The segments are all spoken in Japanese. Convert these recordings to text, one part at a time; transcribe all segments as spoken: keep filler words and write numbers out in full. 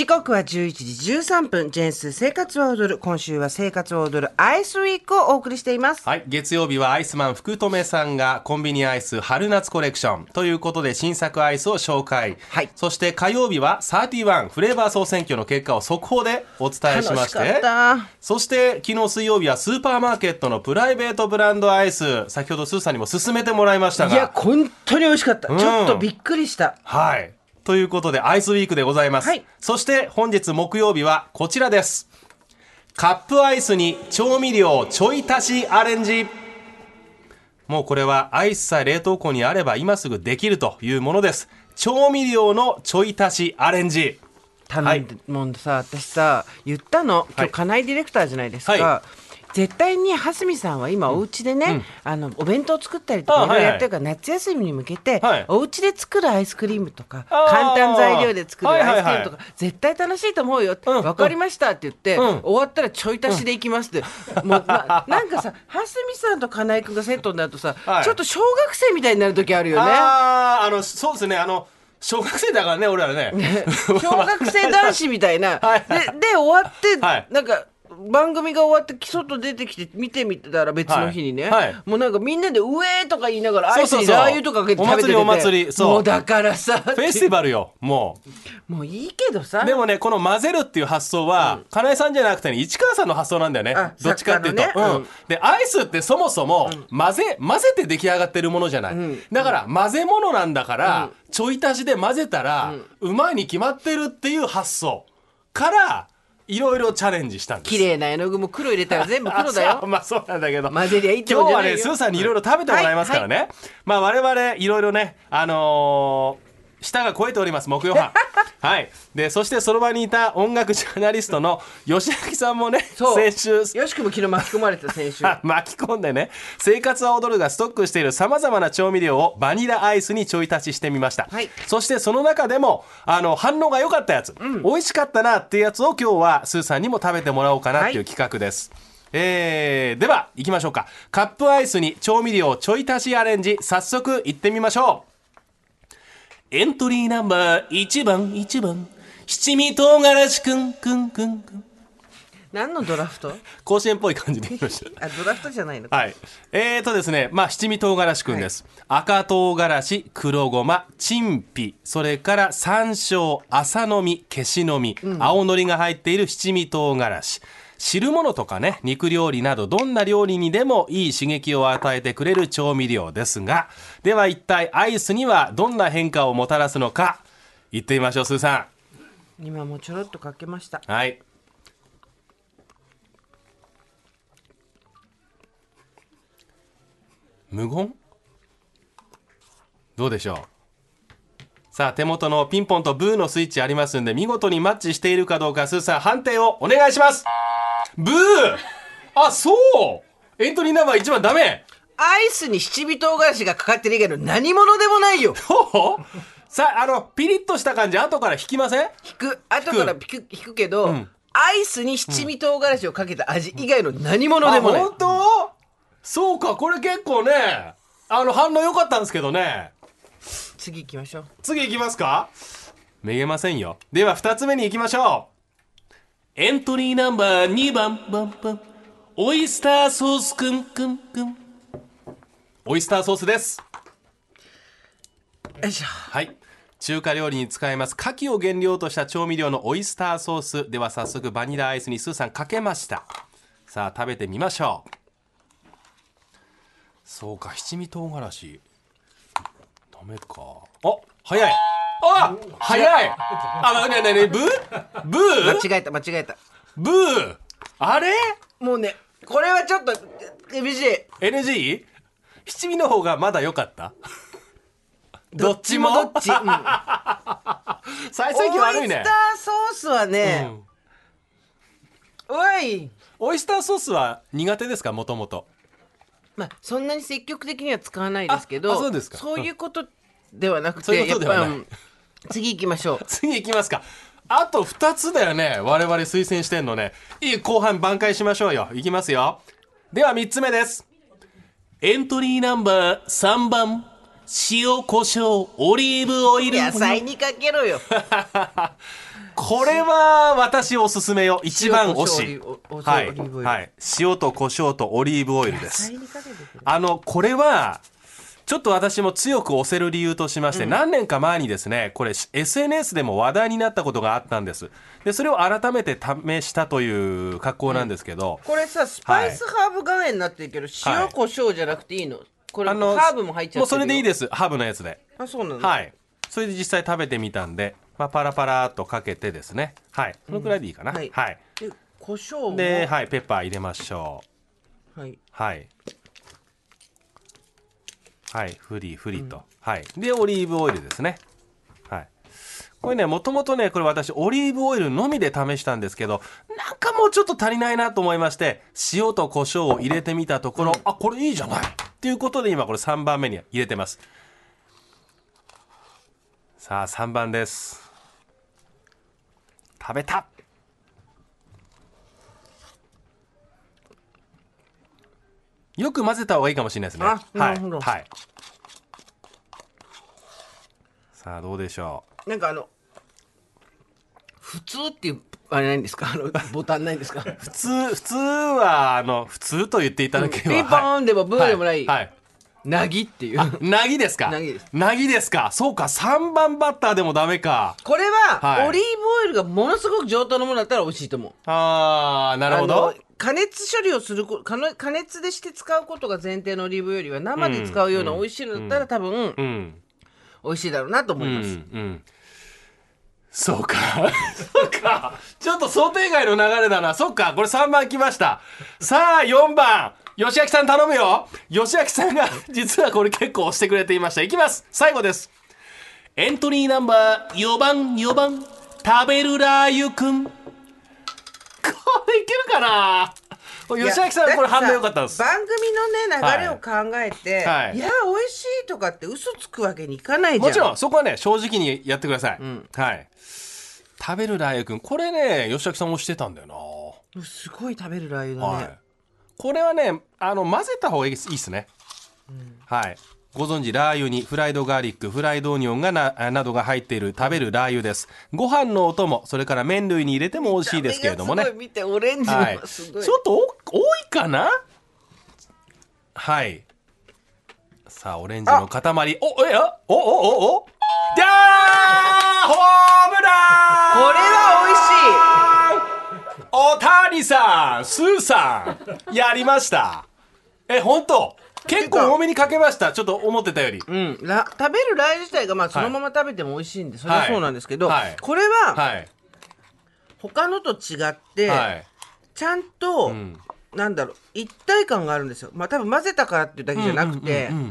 時刻はじゅういちじじゅうさんぷん、ジェンス生活は踊る。今週は生活は踊るアイスウィークをお送りしています。 はい、月曜日はアイスマン福留さんがコンビニアイス春夏コレクションということで新作アイスを紹介、はい、そして火曜日はサーティワンフレーバー総選挙の結果を速報でお伝えしまして、 楽しかった。 そして昨日水曜日はスーパーマーケットのプライベートブランドアイス、先ほどスーさんにも勧めてもらいましたが、 いや本当に美味しかった、うん、ちょっとびっくりした。 はい、ということでアイスウィークでございます、はい、そして本日木曜日はこちらです。カップアイスに調味料ちょい足しアレンジ。もうこれはアイスさえ冷凍庫にあれば今すぐできるというものです。調味料のちょい足しアレンジ頼んでもんでさ、私さ言ったの、今日金井ディレクターじゃないですか、はい、絶対に蓮見さんは今お家でね、うん、あのお弁当作ったりとかいろいろやってるから、はいはい、夏休みに向けて、はい、お家で作るアイスクリームとか簡単材料で作るアイスクリームとか、はいはいはい、絶対楽しいと思うよって、うん、分かりましたって言って、うん、終わったらちょい足しでいきますって、うん、もうな, なんかさ蓮見さんと金井君がセットになるとさ、はい、ちょっと小学生みたいになる時あるよね。 ああのそうですね、あの小学生だからね俺らね小学生男子みたいなはい、で, で終わって、はい、なんか番組が終わって外出てきて見てみたら別の日にね、はいはい、もうなんかみんなでうえーとか言いながらアイスにラー油とかかけて食べてて、 お祭りお祭り、そうもうだからさフェスティバルよ、もうもういいけどさ。 でもねこの混ぜるっていう発想は、うん、金井さんじゃなくて、ね、市川さんの発想なんだよね、どっちかっていうと、ね、うんうん、でアイスってそもそも混ぜ、混ぜて出来上がってるものじゃない、うん、だから混ぜ物なんだから、うん、ちょい足しで混ぜたら、うん、うまいに決まってるっていう発想からいろいろチャレンジしたんです。 綺麗な絵の具も黒入れたら全部黒だよまあそうなんだけど、 混ぜりゃいいってことじゃないよ。 今日はねスーさんにいろいろ食べてもらいますからね、はいはい、まあ我々いろいろねあのー舌が超えております木曜班はい。でそしてその場にいた音楽ジャーナリストの吉明さんもね、先週よしくも昨日巻き込まれた先週巻き込んでね、生活は踊るがストックしているさまざまな調味料をバニラアイスにちょい足ししてみました、はい、そしてその中でもあの反応が良かったやつ、うん、美味しかったなっていうやつを今日はスーさんにも食べてもらおうかなっていう企画です、はい。えー、では行きましょうか。カップアイスに調味料ちょい足しアレンジ、早速行ってみましょう。エントリーナンバーいちばんいちばん七味唐辛子くんくんくんくん。 何のドラフト？ 甲子園っぽい感じで言いましたあ、ドラフトじゃないのか。 はい。えーとですね、まあ七味唐辛子くんです、はい、赤唐辛子、黒ごま、陳皮、それから山椒、麻の実、消しの実、うん、青のりが入っている七味唐辛子。汁物とかね、肉料理などどんな料理にでもいい刺激を与えてくれる調味料ですが、では一体アイスにはどんな変化をもたらすのか、言ってみましょう。スーさん、今もちょろっとかけました。 はい。無言？どうでしょう。さあ手元のピンポンとブーのスイッチありますんで、見事にマッチしているかどうか、スーさん判定をお願いします。ブー。あ、そうエントリーナンバーいちばんダメ。 アイスに七味唐辛子がかかってる以外の何物でもないよ。 さあ、あのピリッとした感じ後から引きません？ 引く、後から引く、引くけど、うん、アイスに七味唐辛子をかけた味以外の何物でもない、うん、 本当？そうか、これ結構ねあの反応良かったんですけどね。 次行きましょう。 次行きますか？めげませんよ。ではふたつめに行きましょう。エントリーナンバーにばんバンバンオイスターソースくんくんくん。オイスターソースです。 よいしょ。 はい。中華料理に使えます牡蠣を原料とした調味料のオイスターソースでは、早速バニラアイスにスーさんかけました。さあ食べてみましょう。そうか、七味唐辛子ダメか。あ、早い。あ、早い。あ、ねえねえねえ、ブーブー間違えた間違えた。 ブーあれもうね、これはちょっと エヌジー。 エヌジー？ 七味の方がまだ良かった。どっちもどっち、うん、 最近悪いね。 オイスターソースはね、うん、おいオイスターソースは苦手ですか？もともと。 まあそんなに積極的には使わないですけど、 ああそうですか。 そういうことではなくて、 そういうことではない。やっぱ次行きましょう。 次行きますか。あとふたつだよね、我々推薦してんのね。いい、後半挽回しましょうよ。いきますよ。ではみっつめです。エントリーナンバーさんばん塩コショウオリーブオイル。 野菜にかけろよ。 これは私おすすめよ。一番推し。はい、はい、塩と胡椒とオリーブオイルです。あのこれはちょっと私も強く推せる理由としまして、うん、何年か前にですねこれ エスエヌエス でも話題になったことがあったんです。でそれを改めて試したという格好なんですけど、 うん、これさスパイスハーブ岩塩になってるけど、はい、塩胡椒じゃなくていいの？これハーブも入っちゃってるよ。もうそれでいいです。ハーブのやつで。 あ、そうなの？ はい。それで実際食べてみたんで、まあ、パラパラっとかけてですね、はい、そのくらいでいいかな、うん、はい、はい、 で胡椒で、はい、ペッパー入れましょう。はいはいはい、フリフリと、うん、はい、でオリーブオイルですね。はい、これねもともとねこれ私オリーブオイルのみで試したんですけど、なんかもうちょっと足りないなと思いまして、塩と胡椒を入れてみたところ、うん、あこれいいじゃないっていうことで今これさんばんめに入れてます。さあさんばんです。食べた。よく混ぜた方がいいかもしれないですね。 あ、なるほど。 はい、はい、さあどうでしょう。なんかあの普通っていうあれないんですか？あのボタンないんですか？ 普通普通はあの普通と言っていただければ、 うん、ピンポーンでもブーでもない、 はいはい、 なぎっていう。 なぎですか？ なぎです。 なぎですか。そうか、さんばんバッターでもダメか。 これは、はい、オリーブオイルがものすごく上等のものだったら美味しいと思う。 あー、なるほど。 加熱処理をする加熱でして使うことが前提のオリーブオイルよりは生で使うような美味しいのだったら、うん、多分、うん、美味しいだろうなと思います。うんうん、 そうかそうか、ちょっと想定外の流れだな。そっか、これさんばん来ました。さあよんばん吉明さん頼むよ。吉明さんが実はこれ結構押してくれていました。いきます、最後です。エントリーナンバーよばんよばん食べるラー油くん。これいけるかな。吉明さんこれ反応良かったんです。 番組のね流れを考えて、はいはい、いや美味しいとかって嘘つくわけにいかないじゃん。 もちろんそこはね正直にやってください、うん、はい。食べるラー油くん、これね吉明さんもしてたんだよな。すごい食べるラー油だね、はい、 これはねあの混ぜた方がいいですね、うん、はい。ご存知ラー油にフライドガーリック、フライドオニオンが な, などが入っている食べるラー油です。ご飯のお供、それから麺類に入れても美味しいですけれどもね。 すごい見て、オレンジの、はい、すごいちょっと多いかな。はい。さあオレンジの塊、おえあおおおおじゃーホームラン。 これは美味しい。 おたにさん、スーさんやりました。え本当結構多めにかけました。ちょっと思ってたより、 うん、ら食べるラー油自体がまあそのまま食べても美味しいんで、はい、それはそうなんですけど、はい、これは、はい、他のと違って、はい、ちゃんと、うん、なんだろう一体感があるんですよ。まあ多分混ぜたからっていうだけじゃなくて、うんうんうんうん、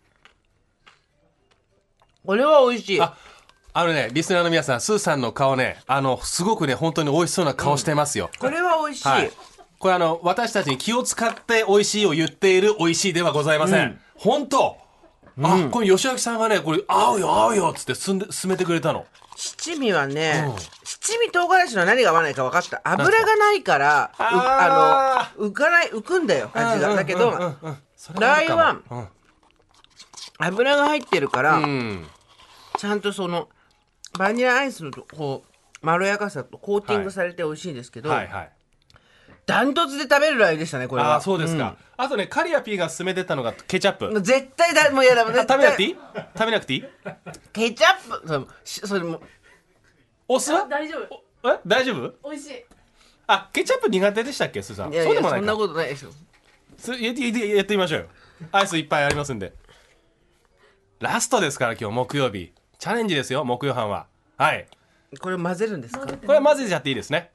これは美味しい。 ああのねリスナーの皆さん、スーさんの顔ね、あのすごくね本当に美味しそうな顔してますよ、 うん、これは美味しい、はい。 これあの私たちに気を使って美味しいを言っている美味しいではございません、うん、本当、うん、あこれ吉明さんがねこれ合うよ合うよっつって進んで進めてくれたの。 七味はね、うん、七味唐辛子の何が合わないか分かった。油がないからあの浮かない浮くんだよ味が、うん、だけど、うんうんうん、ラー油は、うん、油が入ってるから、うん、ちゃんとそのバニラアイスのこうまろやかさとコーティングされて美味しいんですけど、はいはいはい、ダントツで食べるラー油でしたねこれは。 あそうですか、うん、あとねカリアピーが勧めてたのがケチャップ。 絶対だもうやだもん食べなくていい食べなくていいケチャップそれそれもお酢は大丈夫。 え大丈夫。 美味しい。 あケチャップ苦手でしたっけスーさん。 いやいやそうでもないか。そんなことないですよ。 すやってやってみましょうよ。アイスいっぱいありますんで。ラストですから今日木曜日チャレンジですよ。木曜班ははい。 これ混ぜるんですか。 これ混ぜちゃっていいですね。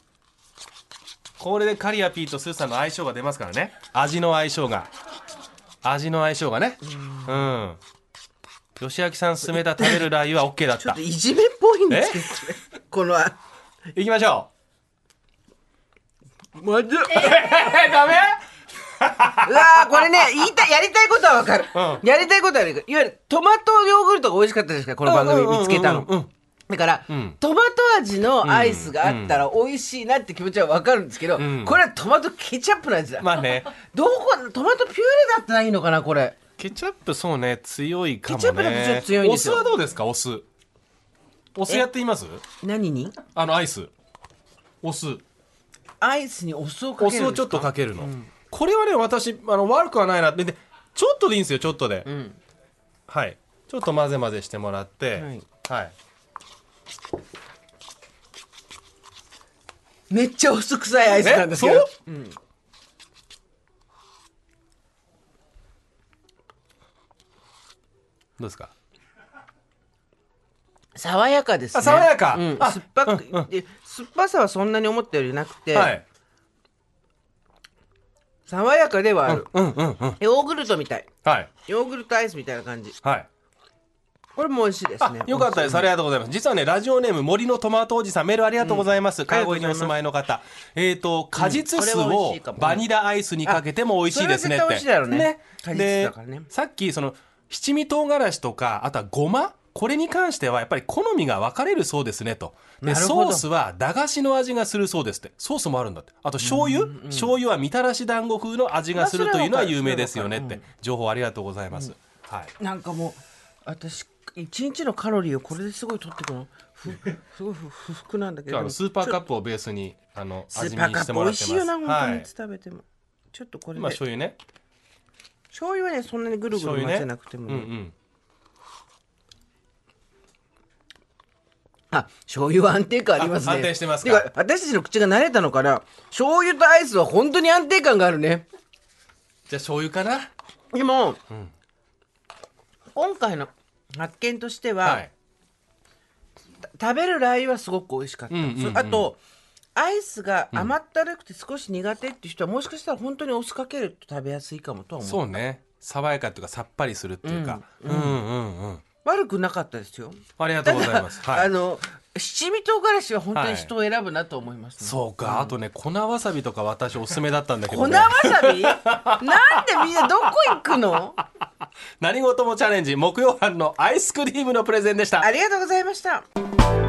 これでカリアピーとスーさんの相性が出ますからね。味の相性が味の相性がね。うん、うん、吉明さん勧めた食べるラー油は OK だった。 ちょっといじめっぽいんですけどねこのいきましょう。まずっえー、ダメうわーこれね言いたやりたいことは分かる、うん、やりたいことは分かる。いわゆるトマトヨーグルトが美味しかったですからこの番組見つけたの、うんうんうんうん、だから、うん、トマト味のアイスがあったら美味しいなって気持ちは分かるんですけど、うん、これはトマトケチャップの味だ。 まあね、 どこトマトピューレだったらいいのかなこれ。 ケチャップそうね強いかもね。 ケチャップだとちょっと強いんですよ。 お酢はどうですか？お酢お酢やってみます？ 何に？ あのアイスお酢アイスにお酢をかけるんですか？ お酢をちょっとかけるの、うん、これはね私あの悪くはないなって。でちょっとでいいんですよ。ちょっとで、うん、はいちょっと混ぜ混ぜしてもらって、はい、はい、 めっちゃお酢臭いアイスなんですけど、うん、どうですか？ 爽やかですね。 あ爽やか、 うん、酸っぱく、うんうん、で酸っぱさはそんなに思ったよりなくて、はい、爽やかではある、うんうんうんうん、ヨーグルトみたい、はい、ヨーグルトアイスみたいな感じ、はい、これも美味しいですね。 よかったです。ありがとうございます。実はねラジオネーム森のトマトおじさんメールありがとうございます。川越にお住まいの方、えっと果実酢をバニラアイスにかけても美味しいですねって。 それは絶対美味しいだろうね。果実だからね。 さっきその七味唐辛子とかあとはごまこれに関してはやっぱり好みが分かれるそうですねと。でソースは駄菓子の味がするそうですって。ソースもあるんだって。あと醤油、うんうん、醤油はみたらし団子風の味がするというのは有名ですよねって、うん、情報ありがとうございます、うんはい、 なんかもう私一日のカロリーをこれですごい取ってくのふすごい不服なんだけど、 今日はスーパーカップをベースにあの味見してもらってます。 スーパーカップ美味しいよな本当にいつ食べても、はい、ちょっとこれで今醤油ね醤油はねそんなにぐるぐる混ぜなくても、ねねうんうん、あ、醤油は安定感ありますね。 安定してますか。 てか私たちの口が慣れたのから醤油とアイスは本当に安定感があるね。 じゃあ醤油かな。 でも、うん、今回の発見としては、はい、食べるラー油はすごく美味しかった、うんうんうん、あとアイスが甘ったるくて少し苦手っていう人は、うん、もしかしたら本当にお酢かけると食べやすいかもとは思う。 そうね爽やかっていうかさっぱりするっていうか、うん、うんうんうん悪くなかったですよ。 ありがとうございます。はい、 あの七味唐辛子は本当に人を選ぶなと思います、ねはい、そうか、うん、あとね粉わさびとか私おすすめだったんだけど、 ね、粉わさびなんでみんなどこ行くの何事もチャレンジ木曜班のアイスクリームのプレゼンでした。 ありがとうございました。